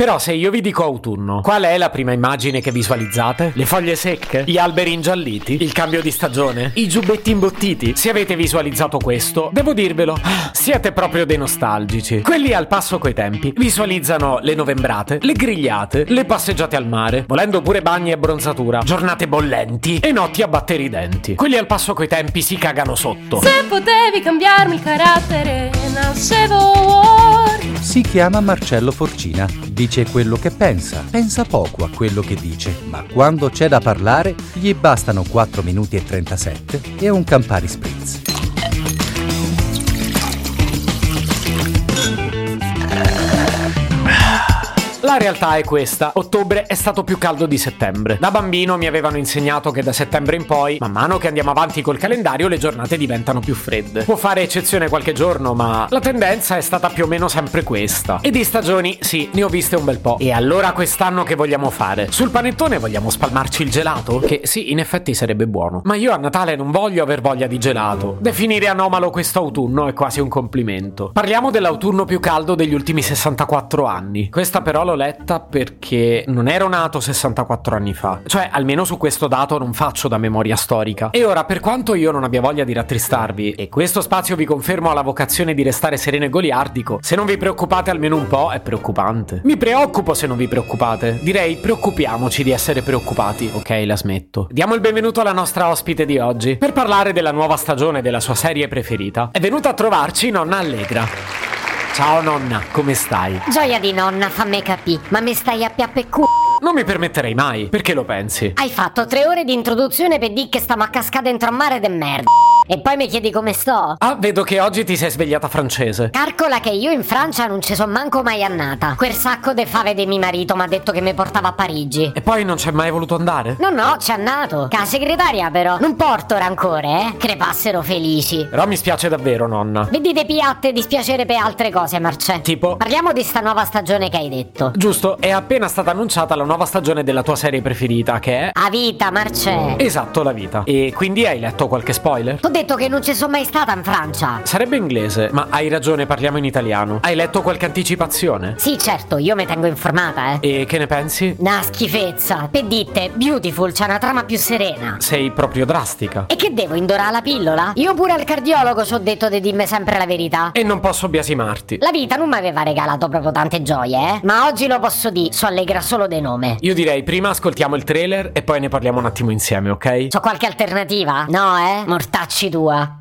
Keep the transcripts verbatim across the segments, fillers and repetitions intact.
Però se io vi dico autunno, qual è la prima immagine che visualizzate? Le foglie secche? Gli alberi ingialliti? Il cambio di stagione? I giubbetti imbottiti? Se avete visualizzato questo, devo dirvelo, siete proprio dei nostalgici. Quelli al passo coi tempi visualizzano le novembrate, le grigliate, le passeggiate al mare, volendo pure bagni e bronzatura, giornate bollenti e notti a battere i denti. Quelli al passo coi tempi si cagano sotto. Se potevi cambiarmi il carattere, nascevo Ward. Si chiama Marcello Forcina, dice quello che pensa, pensa poco a quello che dice, ma quando c'è da parlare gli bastano quattro minuti e trentasette e un Campari Spritz. La realtà è questa: ottobre è stato più caldo di settembre. Da bambino mi avevano insegnato che da settembre in poi, man mano che andiamo avanti col calendario, le giornate diventano più fredde. Può fare eccezione qualche giorno, ma la tendenza è stata più o meno sempre questa. E di stagioni, sì, ne ho viste un bel po'. E allora quest'anno che vogliamo fare? Sul panettone vogliamo spalmarci il gelato? Che sì, in effetti sarebbe buono. Ma io a Natale non voglio aver voglia di gelato. Definire anomalo questo autunno è quasi un complimento. Parliamo dell'autunno più caldo degli ultimi sessantaquattro anni. Questa però l'ho letta perché non ero nato sessantaquattro anni fa. Cioè, almeno su questo dato non faccio da memoria storica. E ora, per quanto io non abbia voglia di rattristarvi, e questo spazio vi confermo ha la vocazione di restare sereno e goliardico, se non vi preoccupate almeno un po' è preoccupante. Mi preoccupo se non vi preoccupate. Direi preoccupiamoci di essere preoccupati. Ok, la smetto. Diamo il benvenuto alla nostra ospite di oggi per parlare della nuova stagione della sua serie preferita. È venuta a trovarci nonna Allegra. Ciao nonna, come stai? Gioia di nonna, fammi capì, ma me stai a piappe cu... Non mi permetterei mai, perché lo pensi? Hai fatto tre ore di introduzione per dire che stiamo a cascare dentro a mare de merda. E poi mi chiedi come sto? Ah, vedo che oggi ti sei svegliata francese. Calcola che io in Francia non ci sono manco mai annata. Quel sacco de fave di mio marito mi ha detto che mi portava a Parigi. E poi non c'è mai voluto andare? No, no, c'è andato. Che la segretaria però. Non porto rancore, eh. Crepassero felici. Però mi spiace davvero, nonna. Vedi de piatte dispiacere per altre cose, Marcè. Tipo? Parliamo di sta nuova stagione che hai detto. Giusto, è appena stata annunciata la nuova stagione della tua serie preferita, che è... A vita, Marcè. Esatto, La Vita. E quindi hai letto qualche spoiler? T'ho detto che non ci sono mai stata in Francia. Sarebbe inglese, ma hai ragione, parliamo in italiano. Hai letto qualche anticipazione? Sì, certo, io mi tengo informata, eh. E che ne pensi? Una schifezza. Per dite, Beautiful c'ha una trama più serena. Sei proprio drastica. E che devo, indorare la pillola? Io pure al cardiologo ci ho detto di dirmi sempre la verità. E non posso biasimarti. La vita non mi aveva regalato proprio tante gioie, eh. Ma oggi lo posso dire, so allegra solo de nome. Io direi prima ascoltiamo il trailer e poi ne parliamo un attimo insieme, ok? C'ho qualche alternativa? No, eh? Mortacci tua.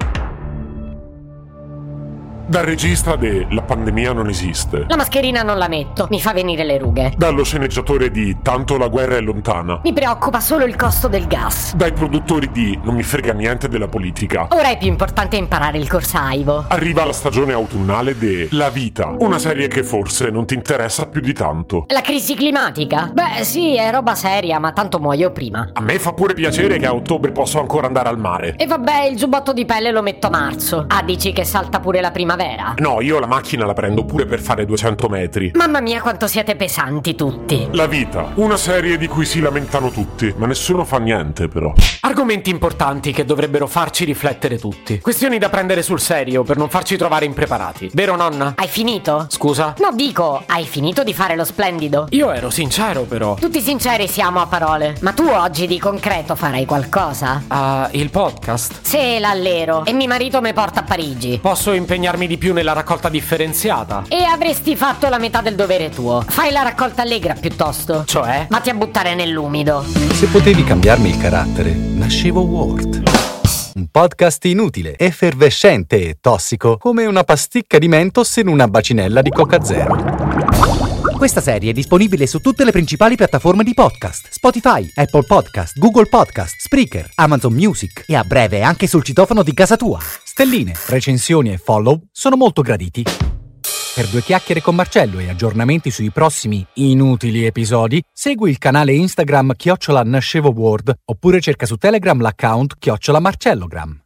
Dal regista de La pandemia non esiste. La mascherina non la metto, mi fa venire le rughe. Dallo sceneggiatore di Tanto la guerra è lontana. Mi preoccupa solo il costo del gas. Dai produttori di Non mi frega niente della politica. Ora è più importante imparare il corsaivo. Arriva la stagione autunnale de La Vita, una serie che forse non ti interessa più di tanto. La crisi climatica? Beh sì, è roba seria, ma tanto muoio prima. A me fa pure piacere che a ottobre posso ancora andare al mare. E vabbè, il giubbotto di pelle lo metto a marzo. Ah, dici che salta pure la primavera? No, io la macchina la prendo pure per fare duecento metri. Mamma mia quanto siete pesanti tutti. La Vita, una serie di cui si lamentano tutti, ma nessuno fa niente però. Argomenti importanti che dovrebbero farci riflettere tutti. Questioni da prendere sul serio per non farci trovare impreparati. Vero nonna? Hai finito? Scusa? No, dico, hai finito di fare lo splendido? Io ero sincero però. Tutti sinceri siamo a parole. Ma tu oggi di concreto farai qualcosa? Ah, uh, il podcast? Sì, l'allero. E mio marito mi porta a Parigi. Posso impegnarmi di più nella raccolta differenziata? E avresti fatto la metà del dovere tuo. Fai la raccolta allegra piuttosto. Cioè? Vatti a buttare nell'umido. Se potevi cambiarmi il carattere, nascevo Ward. Un podcast inutile, effervescente e tossico, come una pasticca di Mentos in una bacinella di Coca Zero. Questa serie è disponibile su tutte le principali piattaforme di podcast: Spotify, Apple Podcast, Google Podcast, Spreaker, Amazon Music e a breve anche sul citofono di casa tua. Stelline, recensioni e follow sono molto graditi. Per due chiacchiere con Marcello e aggiornamenti sui prossimi inutili episodi, segui il canale Instagram chiocciola Nascevo Ward oppure cerca su Telegram l'account chiocciola Marcellogram.